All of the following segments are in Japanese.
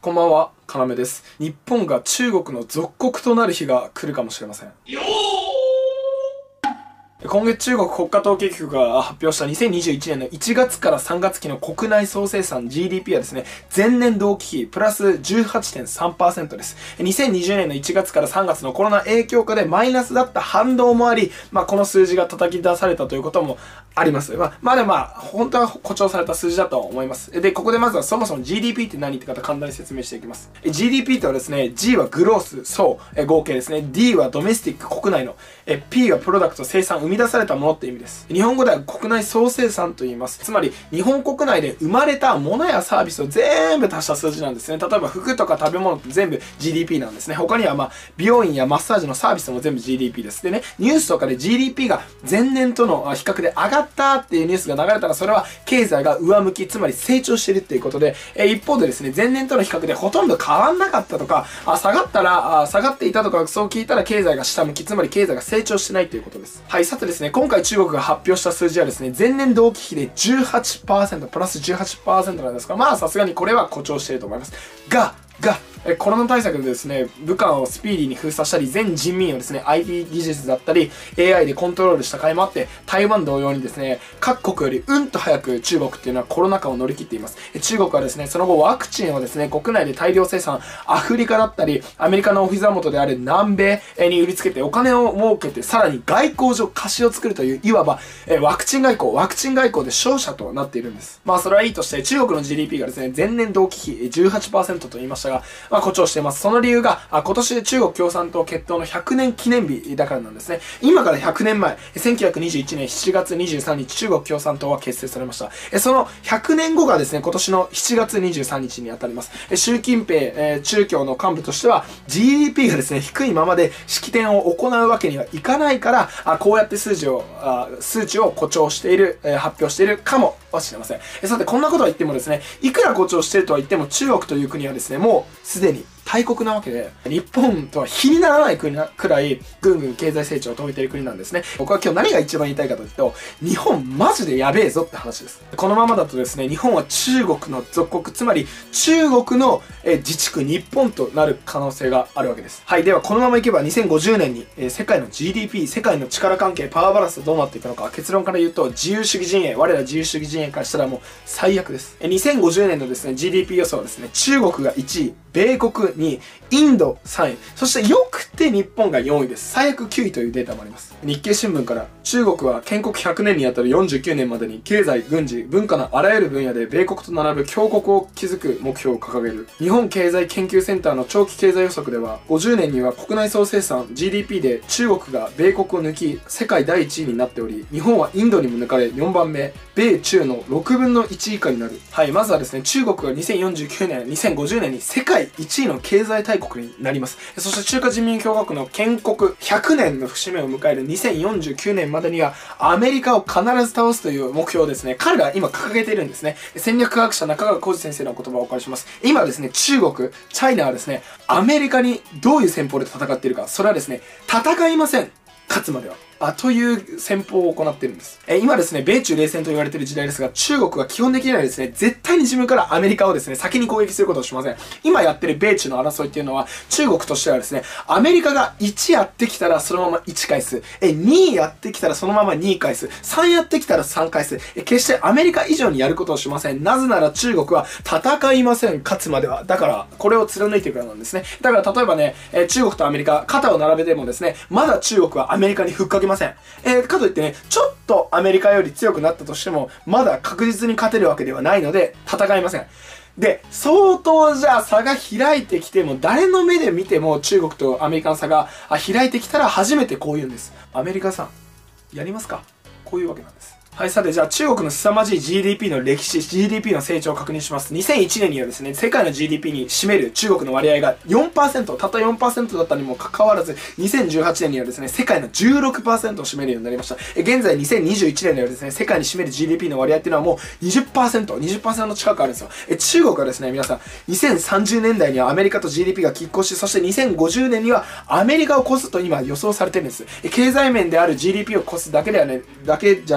こんばんは、かなめです。日本が中国の属国となる日が来るかもしれません。今月中国国家統計局が発表した2021年の1月から3月期の国内総生産 GDP はですね、前年同期比プラス 18.3% です。2020年の1月から3月のコロナ影響下でマイナスだった反動もあり、この数字が叩き出されたということもあります。でも本当は誇張された数字だと思います。で、ここでまずはそもそも GDP って何って方簡単に説明していきます。GDP とはですね、G はグロース、総、合計ですね。D はドメスティック、国内の。P はプロダクト、生産、生み出されたものって意味です。日本語では国内総生産と言います。つまり、日本国内で生まれたものやサービスを全部足した数字なんですね。例えば服とか食べ物って全部 GDP なんですね。他には美容院やマッサージのサービスも全部 GDP です。でね、ニュースとかで GDP が前年との比較で上がったっていうニュースが流れたら、それは経済が上向き、つまり成長してるっていうことで、一方でですね、前年との比較でほとんど変わんなかったとか、下がったら、下がっていたとか、そう聞いたら経済が下向き、つまり経済が成長してないということです。はい、さてですね、今回中国が発表した数字はですね、前年同期比で 18%、プラス 18% なんですが、さすがにこれは誇張していると思います。コロナ対策でですね、武漢をスピーディーに封鎖したり、全人民をですね、IT 技術だったり、AI でコントロールした甲斐もあって、台湾同様にですね、各国よりうんと早く中国っていうのはコロナ禍を乗り切っています。中国はですね、その後ワクチンをですね、国内で大量生産、アフリカだったり、アメリカのお膝元である南米に売りつけてお金を儲けて、さらに外交上貸しを作るという、いわば、ワクチン外交で勝者となっているんです。それはいいとして、中国の GDP がですね、前年同期比 18% と言いましたが、誇張しています。その理由が、今年で中国共産党結党の100年記念日だからなんですね。今から100年前、1921年7月23日、中国共産党は結成されました。その100年後がですね、今年の7月23日にあたります。習近平、中共の幹部としては、GDP がですね、低いままで式典を行うわけにはいかないから、こうやって数値を誇張している、発表しているかもしれません。さて、こんなことは言ってもですね、いくら誇張しているとは言っても、中国という国はですね、もうすでに大国なわけで、日本とは比にならない国くらい、ぐんぐん経済成長を遂げている国なんですね。僕は今日何が一番言いたいかというと、日本マジでやべえぞって話です。このままだとですね、日本は中国の属国、つまり中国の自治区日本となる可能性があるわけです。はい、ではこのままいけば2050年に世界の GDP、世界の力関係、パワーバランスどうなっていくのか、結論から言うと、自由主義陣営、我ら自由主義陣営からしたらもう最悪です。2050年のですね、GDP 予想はですね、中国が1位、米国2位、インド3位、そしてよくて日本が4位です。最悪9位というデータもあります。日経新聞から、中国は建国100年にあたる49年までに経済、軍事、文化のあらゆる分野で米国と並ぶ強国を築く目標を掲げる。日本経済研究センターの長期経済予測では、50年には国内総生産 GDP で中国が米国を抜き、世界第1位になっており、日本はインドにも抜かれ4番目、米中の6分の1以下になる。はい、まずはですね、中国が2049年、2050年に世界1位の経済大国になります。そして中華人民共和国の建国100年の節目を迎える2049年までにはアメリカを必ず倒すという目標をですね、彼らは今掲げているんですね。戦略科学者中川浩二先生の言葉をお借りします。今ですね、中国、チャイナはですね、アメリカにどういう戦法で戦っているか、それはですね、戦いません。勝つまでは。という戦法を行っているんです。今ですね、米中冷戦と言われている時代ですが、中国は基本的にはですね、絶対に自分からアメリカをですね、先に攻撃することをしません。今やってる米中の争いっていうのは、中国としてはですね、アメリカが1やってきたらそのまま1返す。2やってきたらそのまま2返す。3やってきたら3返す。決してアメリカ以上にやることをしません。なぜなら中国は戦いません。勝つまでは。だから、これを貫いていくからなんですね。だから例えばね、中国とアメリカ、肩を並べてもですね、まだ中国はアメリカにふっかけません。かといってね、ちょっとアメリカより強くなったとしても、まだ確実に勝てるわけではないので、戦いません。で、相当じゃあ差が開いてきても、誰の目で見ても中国とアメリカの差が開いてきたら初めてこう言うんです。アメリカさん、やりますか？こういうわけなんです。はい、さて、じゃあ中国の凄まじい GDP の歴史、GDP の成長を確認します。2001年にはですね、世界の GDP に占める中国の割合が 4%、たった 4% だったにもかかわらず、2018年にはですね、世界の 16% を占めるようになりました。現在2021年ではですね、世界に占める GDP の割合っていうのはもう 20% 近くあるんですよ。中国はですね、皆さん、2030年代にはアメリカと GDP が拮抗し、そして2050年にはアメリカを越すと今予想されてるんです。経済面である GDP を越すだけじゃなくてですね、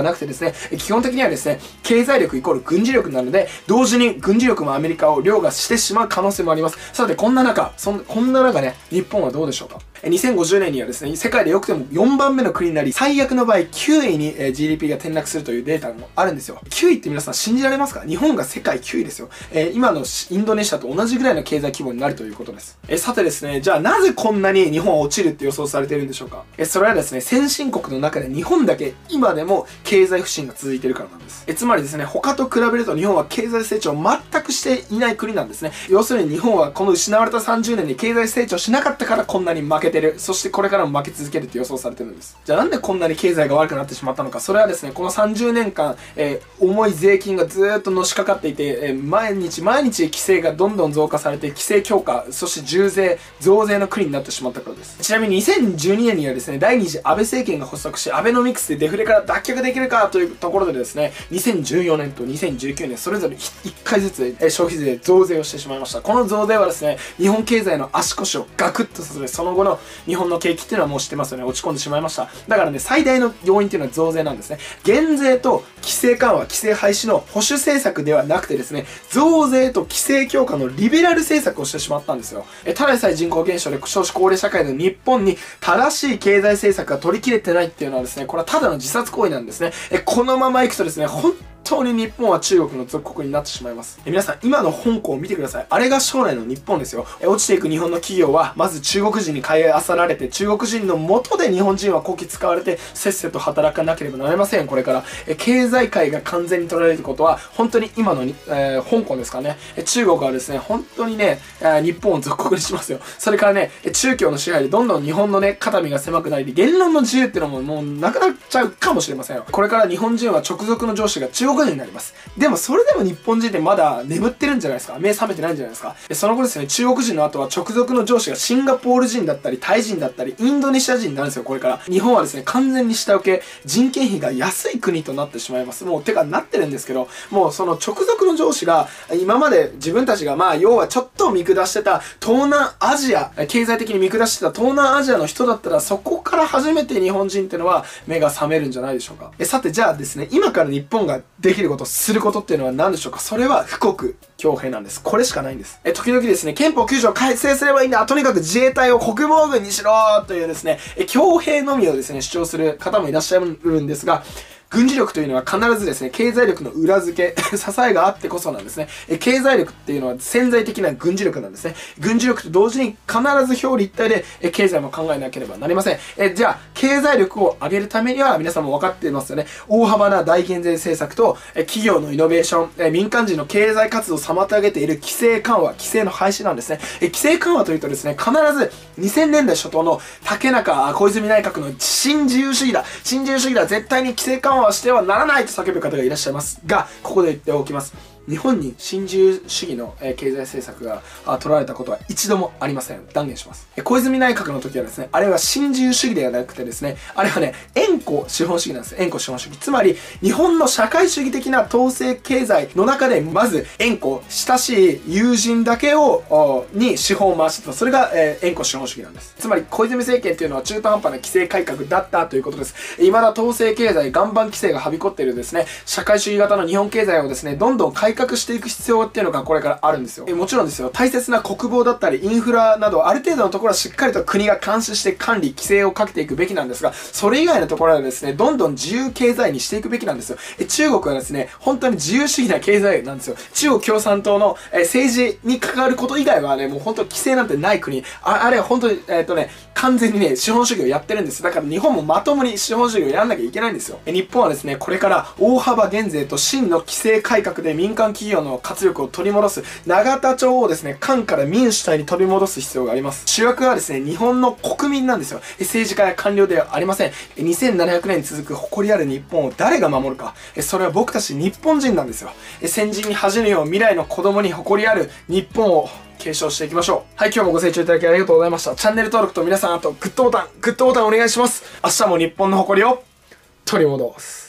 ね、基本的にはですね、経済力イコール軍事力なので、同時に軍事力もアメリカを凌駕してしまう可能性もあります。さて、こんな中ね、日本はどうでしょうか。2050年にはですね、世界でよくても4番目の国になり、最悪の場合9位に GDP が転落するというデータもあるんですよ。9位って皆さん信じられますか？日本が世界9位ですよ。今のインドネシアと同じぐらいの経済規模になるということです。さてですね、じゃあなぜこんなに日本は落ちるって予想されているんでしょうか？それはですね、先進国の中で日本だけ今でも経済不振が続いているからなんです。つまりですね、他と比べると日本は経済成長を全くしていない国なんですね。要するに日本はこの失われた30年に経済成長しなかったからこんなに負けてる。そしてこれからも負け続けるって予想されてるんです。じゃあなんでこんなに経済が悪くなってしまったのか。それはですね、この30年間、重い税金がずーっとのしかかっていて、毎日規制がどんどん増加されて、規制強化、そして重税、増税の国になってしまったからです。ちなみに2012年にはですね、第2次安倍政権が発足し、アベノミクスでデフレから脱却できるかというところでですね、2014年と2019年、それぞれ1回ずつ、消費税増税をしてしまいました。この増税はですね、日本経済の足腰をガクッとさせて、その後の日本の景気っていうのはもう知ってますよね。落ち込んでしまいました。だからね、最大の要因っていうのは増税なんですね。減税と規制緩和、規制廃止の保守政策ではなくてですね、増税と規制強化のリベラル政策をしてしまったんですよ。ただでさえ人口減少で少子高齢社会の日本に正しい経済政策が取り切れてないっていうのはですね、これはただの自殺行為なんですね。このままいくとですね、本当に日本は中国の属国になってしまいます。皆さん、今の香港を見てください。あれが将来の日本ですよ。落ちていく日本の企業は、まず中国人に買い漁られて、中国人の元で日本人はこき使われて、せっせと働かなければなりません。これから。経済界が完全に取られることは、本当に今の香港ですかね。中国はですね、本当にね、日本を属国にしますよ。それからね、中共の支配でどんどん日本のね、肩身が狭くなり、言論の自由っていうのももうなくなっちゃうかもしれませんよ。これから日本人は直属の上司が中国人になります。でもそれでも日本人ってまだ眠ってるんじゃないですか。目覚めてないんじゃないですか。その後ですね、中国人の後は直属の上司がシンガポール人だったり、タイ人だったり、インドネシア人になるんですよ、これから。日本はですね、完全に下請け、人件費が安い国となってしまいます。もう、てかなってるんですけど、もうその直属の上司が、今まで自分たちが要はちょっと見下してた東南アジア、経済的に見下してた東南アジアの人だったら、そこから初めて日本人っていうのは目が覚めるんじゃないでしょうか。さて、じゃあですね、今から日本ができること、することっていうのは何でしょうか。それは富国強兵なんです。これしかないんです。時々ですね、憲法9条を改正すればいいんだ。とにかく自衛隊を国防軍にしろというですね、強兵のみをですね、主張する方もいらっしゃるんですが、軍事力というのは必ずですね、経済力の裏付け、支えがあってこそなんですね。経済力っていうのは潜在的な軍事力なんですね。軍事力と同時に必ず表裏一体で経済も考えなければなりません。じゃあ、経済力を上げるためには皆さんも分かっていますよね。大幅な大減税政策と、企業のイノベーション、民間人の経済活動を妨げている規制緩和、規制の廃止なんですね。規制緩和というとですね、必ず2000年代初頭の竹中小泉内閣の新自由主義だ。新自由主義だ。絶対に規制緩和はしてはならないと叫ぶ方がいらっしゃいますが、ここで言っておきます。日本に新自由主義の経済政策が取られたことは一度もありません。断言します。小泉内閣の時はですね、あれは新自由主義ではなくてですね、あれはね、円弧資本主義なんです。円弧資本主義。つまり、日本の社会主義的な統制経済の中で、まず円弧、親しい友人だけに資本を回してた。それが円弧資本主義なんです。つまり、小泉政権っていうのは中途半端な規制改革だったということです。未だ統制経済、岩盤規制がはびこっているですね、社会主義型の日本経済をですね、どんどん改革していく必要っていうのがこれからあるんですよ。もちろんですよ、大切な国防だったりインフラなどある程度のところはしっかりと国が監視して管理規制をかけていくべきなんですが、それ以外のところはですね、どんどん自由経済にしていくべきなんですよ。中国はですね、本当に自由主義な経済なんですよ。中国共産党の政治に関わること以外はね、もう本当規制なんてない国、あれは本当に完全にね、資本主義をやってるんです。だから日本もまともに資本主義をやらなきゃいけないんですよ。日本はですね、これから大幅減税と真の規制改革で民間企業の活力を取り戻す、永田町をですね、官から民主体に取り戻す必要があります。主役はですね、日本の国民なんですよ。政治家や官僚ではありません。2700年続く誇りある日本を誰が守るか。それは僕たち日本人なんですよ。先人に恥じぬよう未来の子供に誇りある日本を継承していきましょう。はい、今日もご清聴いただきありがとうございました。チャンネル登録と皆さん、あとグッドボタンお願いします。明日も日本の誇りを取り戻す。